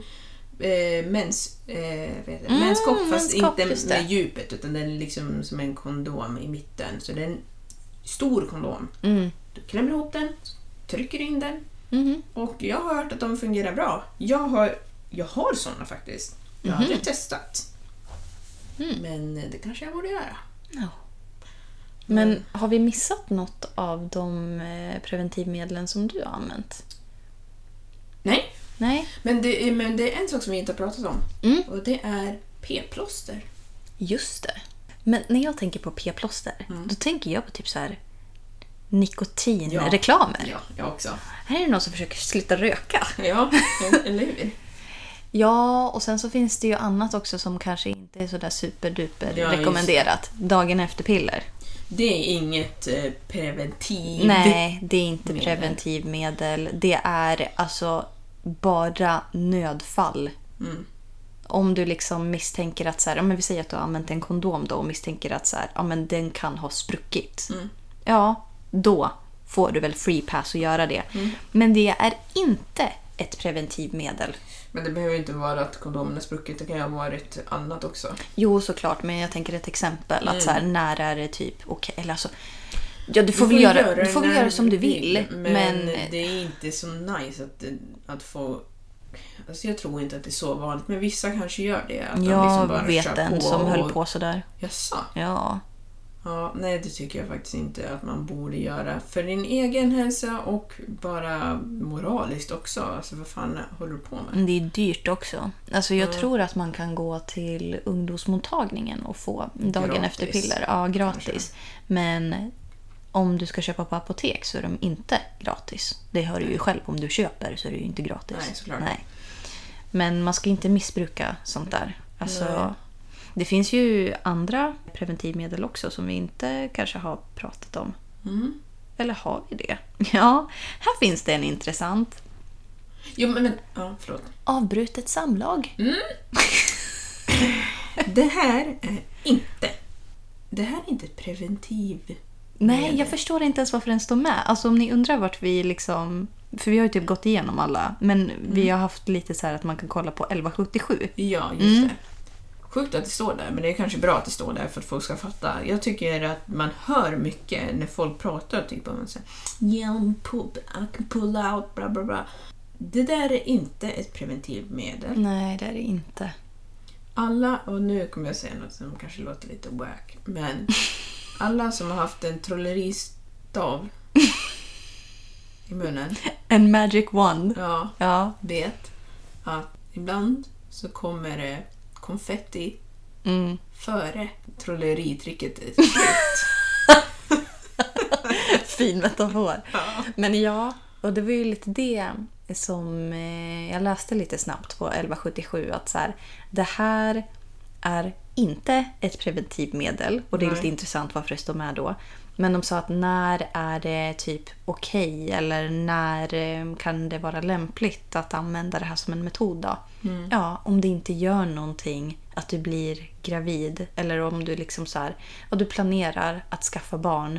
menskopp, fast inte med djupet, utan den är liksom som en kondom i mitten. Så det är en stor kondom. Du klämmer ihop den, trycker in den. Och jag har hört att de fungerar bra. Jag har såna faktiskt. Jag har aldrig testat. Men det kanske jag borde göra. Ja. Men har vi missat något av de preventivmedlen som du har använt? Nej. Men det är en sak som vi inte har pratat om. Och det är p-plåster. Just det. Men när jag tänker på p-plåster, då tänker jag på typ så här nikotinreklamer. Ja, jag också. Här är det någon som försöker sluta röka. Ja, eller hur? Ja, och sen så finns det ju annat också som kanske inte är så där superduper rekommenderat. Dagen efter piller. Det är inget preventiv. Nej, det är inte preventivmedel. Det är alltså bara nödfall. Om du liksom misstänker att så här, men vi säger att du har använt en kondom då och misstänker att så här, men den kan ha spruckit. Ja, då får du väl free pass att göra det. Men det är inte ett preventivmedel. Men det behöver inte vara att kondomen är spruckit. Det kan ju ha varit annat också. Jo, såklart. Men jag tänker ett exempel. Att så här, när är det typ okej, eller alltså... Ja, du får väl göra som du vill. Men det är inte så nice att få... Alltså jag tror inte att det är så vanligt. Men vissa kanske gör det. Att jag liksom bara vet en som höll på sådär. Jaså? Ja. Ja, nej, det tycker jag faktiskt inte att man borde göra för din egen hälsa och bara moraliskt också. Alltså vad fan håller du på med? Det är dyrt också. Alltså jag tror att man kan gå till ungdomsmottagningen och få dagen efter piller. Ja, gratis. Kanske. Men om du ska köpa på apotek så är de inte gratis. Det hör du ju själv, om du köper så är det ju inte gratis. Nej, såklart. Nej. Men man ska inte missbruka sånt där. Alltså... Det finns ju andra preventivmedel också som vi inte kanske har pratat om. Eller har vi det? Ja, här finns det en intressant. Jo, men förlåt. Avbrutet samlag. Det här är inte ett preventiv. Nej, jag förstår inte ens varför den står med. Alltså om ni undrar vart vi liksom... För vi har ju typ gått igenom alla. Men vi har haft lite så här att man kan kolla på 1177. Ja, just det. Sjukt att det står där, men det är kanske bra att det står där för att folk ska fatta. Jag tycker att man hör mycket när folk pratar typ om så här, I can pull out, bla bla bla. Det där är inte ett preventivmedel. Nej, det är det inte. Alla, och nu kommer jag säga något som kanske låter lite wack, men alla som har haft en trolleristav i munnen. En magic wand. Ja. Vet att ibland så kommer det konfetti före trolleritricket är slut. Fin metafor. Ja. Men ja, och det var ju lite det som jag läste lite snabbt på 1177 att så här, det här är inte ett preventivmedel och det är lite intressant varför det står med då. Men de sa att när är det typ okej eller när kan det vara lämpligt att använda det här som en metod då? Ja, om det inte gör någonting att du blir gravid eller om du liksom så här, och du planerar att skaffa barn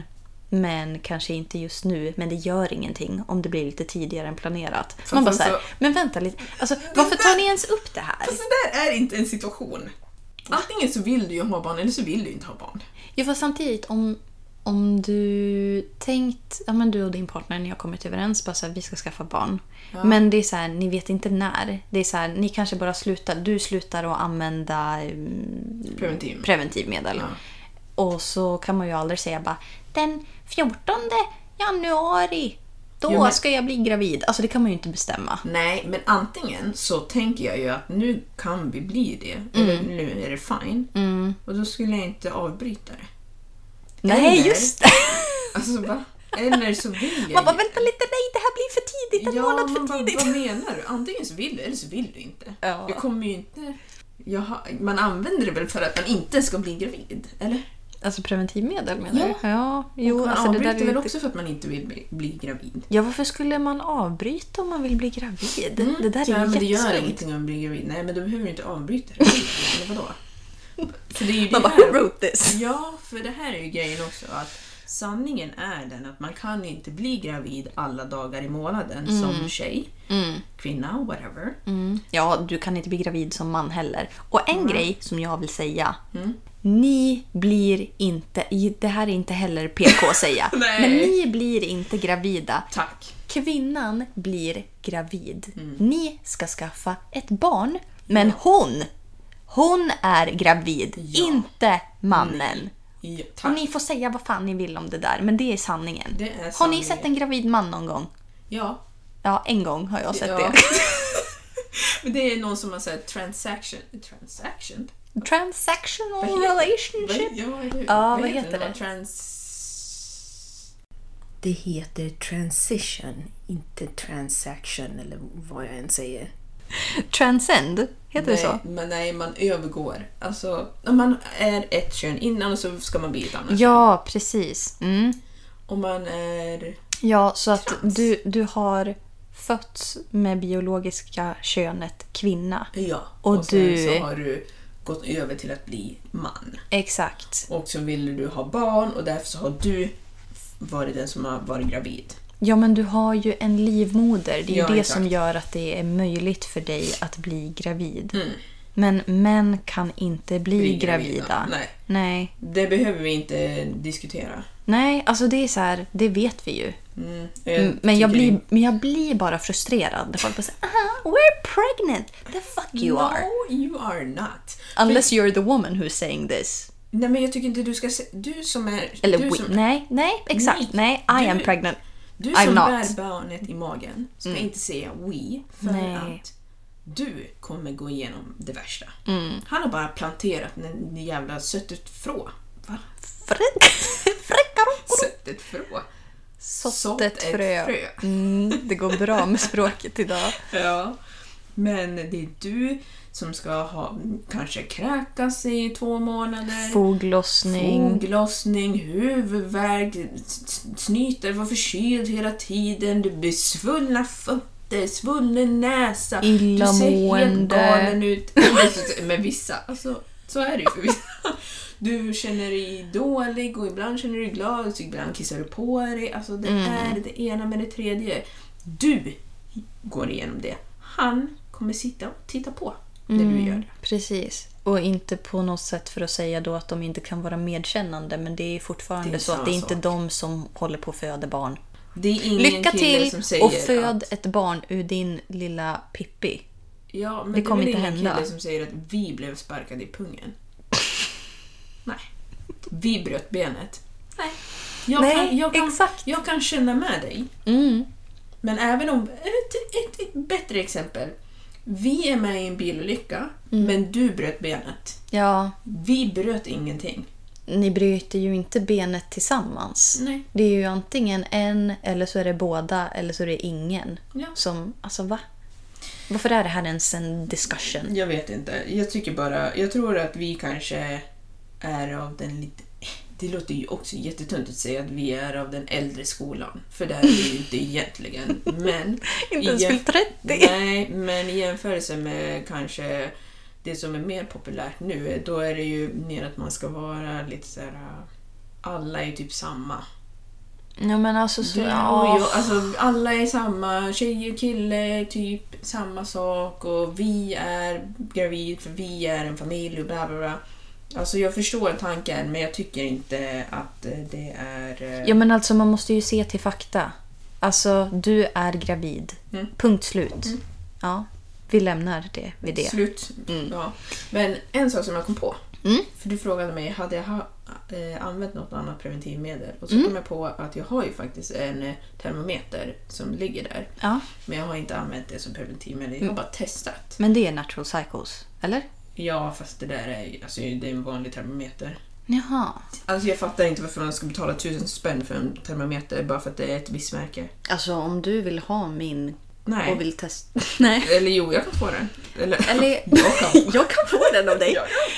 men kanske inte just nu, men det gör ingenting om det blir lite tidigare än planerat. Fast Man bara alltså- så här, men vänta lite. Alltså, varför tar ni ens upp det här? Fast det där är inte en situation. Antingen så vill du ju ha barn eller så vill du inte ha barn. Ja, fast samtidigt om du tänkt, ja men du och din partner, ni har kommit överens bara så här, vi ska skaffa barn. Ja. Men det är så här, ni vet inte när. Det är så här, ni kanske bara du slutar att använda preventivmedel. Ja. Och så kan man ju aldrig säga bara, den 14 januari då ska jag bli gravid. Alltså det kan man ju inte bestämma. Nej, men antingen så tänker jag ju att nu kan vi bli det. Eller nu är det fine. Och då skulle jag inte avbryta det. Nej, eller, just det. Alltså va? Eller så vill jag... Man bara, vänta lite, nej det här blir för tidigt. En månad för tidigt. Vad menar du? Antingen så vill du eller så vill du inte. Ja. Jag kommer ju inte... man använder det väl för att man inte ska bli gravid, eller? Alltså preventivmedel menar du? Ja. Jo, man alltså avbryter det där väl också för att man inte vill bli gravid. Ja, varför skulle man avbryta om man vill bli gravid? Det där är men det gör jätteskumt. ingenting om man blir gravid. Nej, men då behöver du inte avbryta det. Eller vadå? För det är ju Man det bara, här. who wrote this? Ja, för det här är ju grejen också. Att sanningen är den att man kan inte bli gravid alla dagar i månaden som tjej, kvinna, whatever. Ja, du kan inte bli gravid som man heller. Och en grej som jag vill säga. Ni blir inte, det här är inte heller PK att säga, Nej. men ni blir inte gravida. Tack. Kvinnan blir gravid. Ni ska skaffa ett barn, men hon är gravid, inte mannen. Ja, Och tack. ni får säga vad fan ni vill om det där, men det är sanningen. Det är Har ni sanningen. sett en gravid man någon gång? Ja. Ja, en gång har jag sett Ja. det. Men det är någon som har sagt transaction? Transactional relationship. Ja, vad heter det? Det heter transition, inte transaction eller vad jag än säger. Transcend, heter det så? Men nej, man övergår. Alltså, om man är ett kön innan så ska man bli ett annat. Ja, precis. Om man är... Ja, så att Trans. du har fötts med biologiska könet kvinna. Ja, Och sen du... så har du gått över till att bli man. Exakt. Och så vill du ha barn och därför så har du varit den som har varit gravid. Ja, men du har ju en livmoder. Det är ju det exakt. som gör att det är möjligt för dig att bli gravid. Men män kan inte bli gravida. Nej. Det behöver vi inte diskutera. Nej, alltså det är så här, det vet vi ju. Men jag blir bara frustrerad. Folk bara säger, we're pregnant. The fuck you are. No, you are not. Unless you're the woman who's saying this. Nej, men jag tycker inte du ska säga... Du som är... Eller du som, nej, exakt. Nej, I am pregnant. Du I'm som not. bär barnet i magen ska inte säga we för Nej. att du kommer gå igenom det värsta. Han har bara planterat en jävla söttet frå. Va? Söttet frå. Sått ett frö. Det går bra med språket idag. Ja. Men det är du som ska ha kanske kräkas i 2 månader. Foglossning, huvudvärk, snyter, var förkyld hela tiden. Du blir svullna fötter, svullen näsa. Illamående. Du ser helt galen ut. Med vissa, alltså, så är det ju för vissa. Du känner dig dålig och ibland känner du dig glad och ibland kissar du på dig. Alltså det är det ena med det tredje. Du går igenom det. Han kommer sitta och titta på när du gör det. Precis. Och inte på något sätt för att säga då att de inte kan vara medkännande, men det är fortfarande Det är så att det är inte sak. de som håller på att föda barn. Det är ingen Lycka kille till som säger och föd att, ett barn ur din lilla Pippi. ja, men det kommer är inte ingen hända. kille som säger att vi blev sparkade i pungen. Nej. Vi bröt benet. Nej. Jag kan känna med dig. Men även om... Ett bättre exempel. Vi är med i en bilolycka, men du bröt benet. Ja, Vi bröt ingenting. ni bryter ju inte benet tillsammans. Nej. Det är ju antingen en, eller så är det båda, eller så är det ingen. Ja. Som, alltså va? Varför är det här ens en discussion? Jag vet inte. Jag tror att vi kanske är av den lite... Det låter ju också jättetunt att säga att vi är av den äldre skolan. För det är vi ju inte egentligen. Men Inte ens fyllt 30. Nej, men i jämförelse med kanske det som är mer populärt nu, då är det ju mer att man ska vara lite så här. Alla är ju typ samma. Ja, men alltså så... Alltså, alla är samma, tjej och kille, typ samma sak. Och vi är gravid för vi är en familj och bla bla bla. Alltså jag förstår tanken, men jag tycker inte att det är... Ja, men alltså man måste ju se till fakta. Alltså, du är gravid. Punkt slut. Ja, vi lämnar det vid det. Slut. Ja. Men en sak som jag kom på. För du frågade mig, hade jag använt något annat preventivmedel? Och så kom jag på att jag har ju faktiskt en termometer som ligger där. Ja. Men jag har inte använt det som preventivmedel. Jag har bara testat. Men det är Natural Cycles, eller? Ja, fast det där är, alltså, det är en vanlig termometer. Jaha. Alltså jag fattar inte varför man ska betala 1000 spänn för en termometer bara för att det är ett visst märke. Alltså om du vill ha min... Nej. Och vill testa... Nej. Eller jo, jag kan få den. Eller jag kan få den av dig.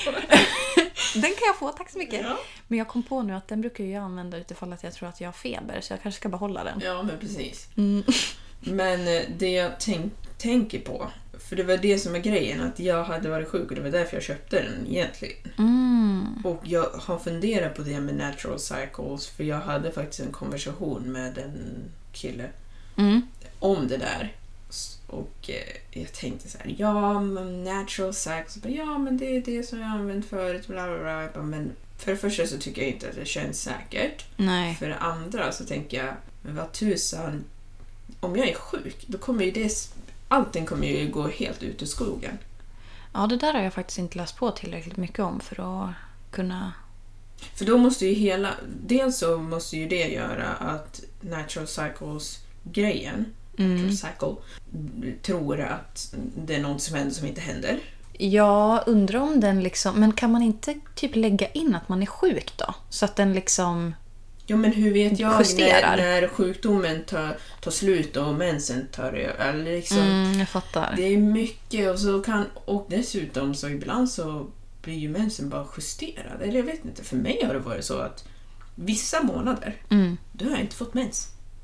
Den kan jag få, tack så mycket. Ja. Men jag kom på nu att den brukar jag använda utifall att jag tror att jag har feber. Så jag kanske ska behålla den. Ja, men precis. Men det jag tänker på, för det var det som är grejen, att jag hade varit sjuk och det var därför jag köpte den egentligen. Och jag har funderat på det med Natural Cycles, för jag hade faktiskt en konversation med en kille om det där. Och jag tänkte så här, ja, men Natural Cycles, ja, men det är det som jag använt förut, bla bla bla. Men för det första så tycker jag inte att det känns säkert. Nej. För det andra så tänker jag, men vad tusan, om jag är sjuk, då kommer ju det, allting kommer ju gå helt ut ur skogen. Ja, det där har jag faktiskt inte läst på tillräckligt mycket om för att kunna... För då måste ju dels så måste ju det göra att Natural Cycles grejen, Natural Cycle, tror att det är något som händer som inte händer. Jag undrar om den liksom... Men kan man inte typ lägga in att man är sjuk då? Så att den liksom... Ja, men hur vet jag justerar när sjukdomen tar slut och mensen tar över? Liksom, jag fattar. Det är mycket och dessutom så ibland så blir ju mensen bara justerad. Eller jag vet inte, för mig har det varit så att vissa månader då har jag inte fått mens.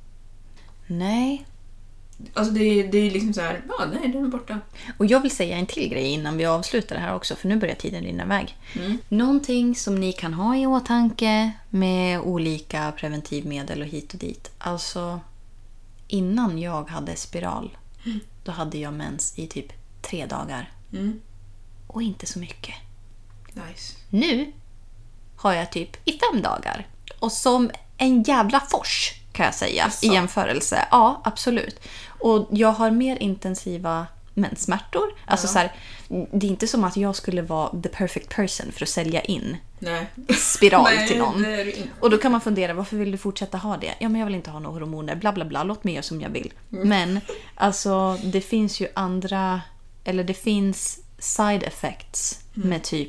Nej. Alltså det är liksom så här, ja, nej, den är borta. Och jag vill säga en till grej innan vi avslutar det här också, för nu börjar tiden rinna iväg. Någonting som ni kan ha i åtanke med olika preventivmedel och hit och dit. Alltså, innan jag hade spiral, då hade jag mens i typ 3 dagar. Och inte så mycket. Nice. Nu har jag typ i 5 dagar. Och som en jävla fors, kan jag säga, i jämförelse. Ja, absolut. Och jag har mer intensiva menssmärtor. Alltså så här, det är inte som att jag skulle vara the perfect person för att sälja in spiral till någon. Och då kan man fundera, varför vill du fortsätta ha det? Ja, men jag vill inte ha några hormoner, bla bla bla, låt mig göra som jag vill. Men alltså, det finns ju det finns side effects med typ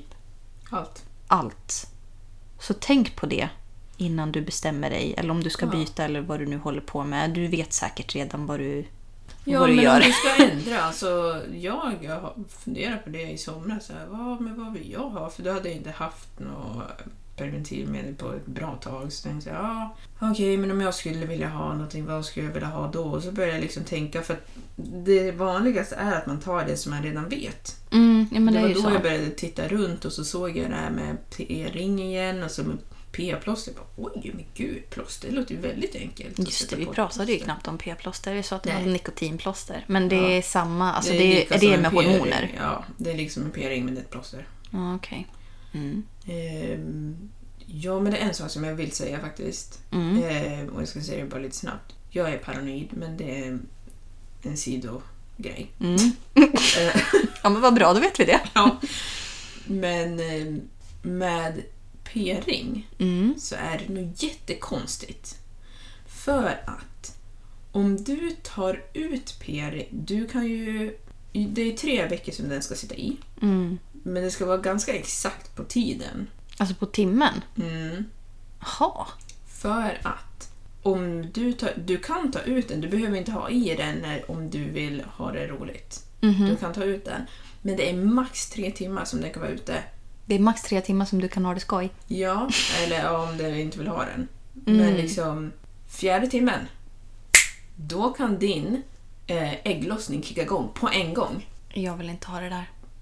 allt. Så tänk på det innan du bestämmer dig, eller om du ska byta eller vad du nu håller på med. Du vet säkert redan vad du gör. Om du ska ändra, alltså jag funderar på det i somras. Vad vill jag ha? För då hade jag inte haft något preventivmedel på ett bra tag. Så tänkte jag, okej, men om jag skulle vilja ha någonting, vad skulle jag vilja ha då? Och så började jag liksom tänka, för att det vanligaste är att man tar det som man redan vet. Ja, men det var ju då så. Jag började titta runt och så såg jag det här med P-ring igen och så med P-plåster. Oj, men gud, plåster, det låter ju väldigt enkelt. Just det, vi pratade ju knappt om P-plåster. Vi sa att det var nikotinplåster. Men det är samma, alltså det är det med hormoner? Ja, det är liksom en P-ring med ett plåster. Ja, okej. Ja, men det är en sak som jag vill säga faktiskt. Och jag ska säga det bara lite snabbt. Jag är paranoid, men det är en sidogrej. Ja, men vad bra, då vet vi det. Ja. Men med P-ring så är det nog jättekonstigt. För att om du tar ut P-ring, du kan ju... Det är 3 veckor som den ska sitta i. Men det ska vara ganska exakt på tiden. Alltså på timmen? Jaha. För att om du kan ta ut den, du behöver inte ha i den om du vill ha det roligt. Du kan ta ut den. Men det är max 3 timmar som den kan vara ute. Det är max 3 timmar som du kan ha det skoj. Ja, eller om du inte vill ha den. Men liksom 4:e timmen, då kan din ägglossning kicka igång på en gång. Jag vill inte ha det där.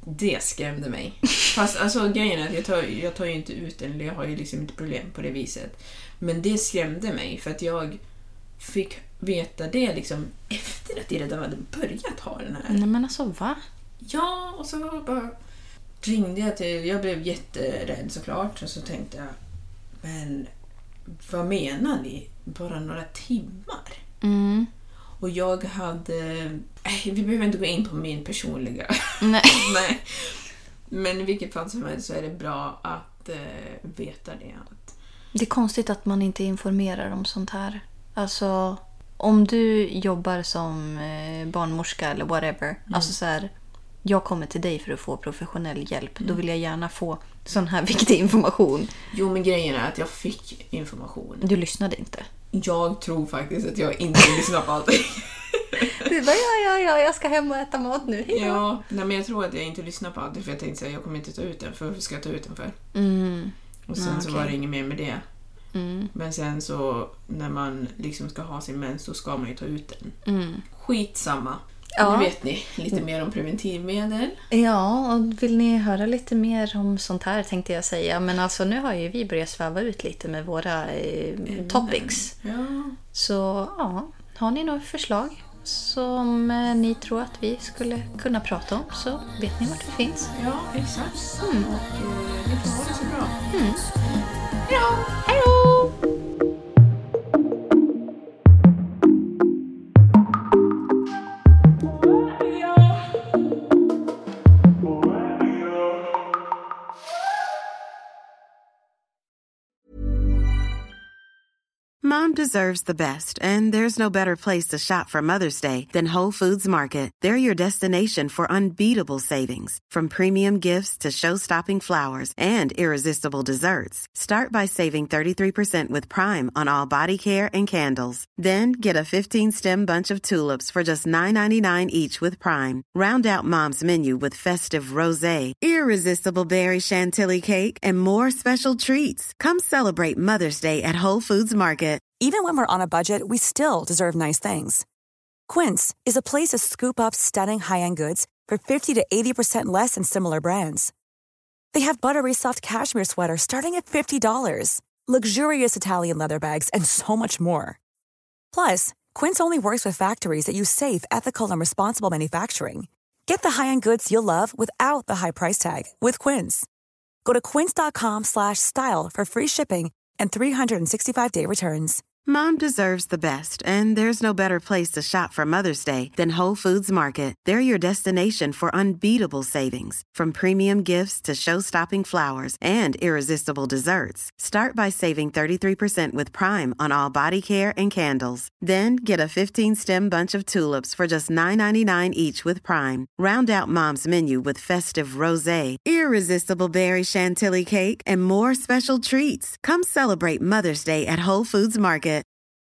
Det skrämde mig. Fast alltså grejen är att jag tar ju inte ut den, eller jag har ju liksom inte problem på det viset. Men det skrämde mig för att jag fick veta det liksom efter att jag redan hade börjat ha den här. Nej men alltså, va? Ja, och så bara ringde jag till... Jag blev jätterädd såklart. Och så tänkte jag, men vad menar ni? Bara några timmar? Mm. Och jag hade... vi behöver inte gå in på min personliga... Nej. Nej. Men i vilket fall som helst så är det bra att veta det. Det är konstigt att man inte informerar om sånt här. Alltså, om du jobbar som barnmorska eller whatever. Alltså så här, jag kommer till dig för att få professionell hjälp. Då vill jag gärna få sån här viktig information. Jo, men grejen är att jag fick information. Du lyssnade inte? Jag tror faktiskt att jag inte lyssnar på allting. Du bara, ja, jag ska hem och äta mat nu. Hejdå. Ja, nej, men jag tror att jag inte lyssnar på allt. För jag tänkte säga, jag kommer inte ta ut den. För vad ska jag ta ut den för? Och sen så var det inget mer med det. Men sen så när man liksom ska ha sin mens, så ska man ju ta ut den. Skitsamma. Ja. Nu vet ni lite mer om preventivmedel. Ja, och vill ni höra lite mer om sånt här tänkte jag säga. Men alltså nu har ju vi börjat sväva ut lite med våra topics. Ja. Så ja, har ni några förslag som ni tror att vi skulle kunna prata om, så vet ni vart vi finns. Ja, exakt. Och ni får ha det så bra. Ja, hej då! Mom deserves the best, and there's no better place to shop for Mother's Day than Whole Foods Market. They're your destination for unbeatable savings, from premium gifts to show-stopping flowers and irresistible desserts. Start by saving 33% with Prime on all body care and candles. Then get a 15-stem bunch of tulips for just $9.99 each with Prime. Round out Mom's menu with festive rosé, irresistible berry chantilly cake, and more special treats. Come celebrate Mother's Day at Whole Foods Market. Even when we're on a budget, we still deserve nice things. Quince is a place to scoop up stunning high-end goods for 50 to 80% less than similar brands. They have buttery soft cashmere sweaters starting at $50, luxurious Italian leather bags, and so much more. Plus, Quince only works with factories that use safe, ethical, and responsible manufacturing. Get the high-end goods you'll love without the high price tag with Quince. Go to quince.com/style for free shipping and 365-day returns. Mom deserves the best, and there's no better place to shop for Mother's Day than Whole Foods Market. They're your destination for unbeatable savings, from premium gifts to show-stopping flowers and irresistible desserts. Start by saving 33% with Prime on all body care and candles. Then get a 15-stem bunch of tulips for just $9.99 each with Prime. Round out Mom's menu with festive rosé, irresistible berry chantilly cake, and more special treats. Come celebrate Mother's Day at Whole Foods Market.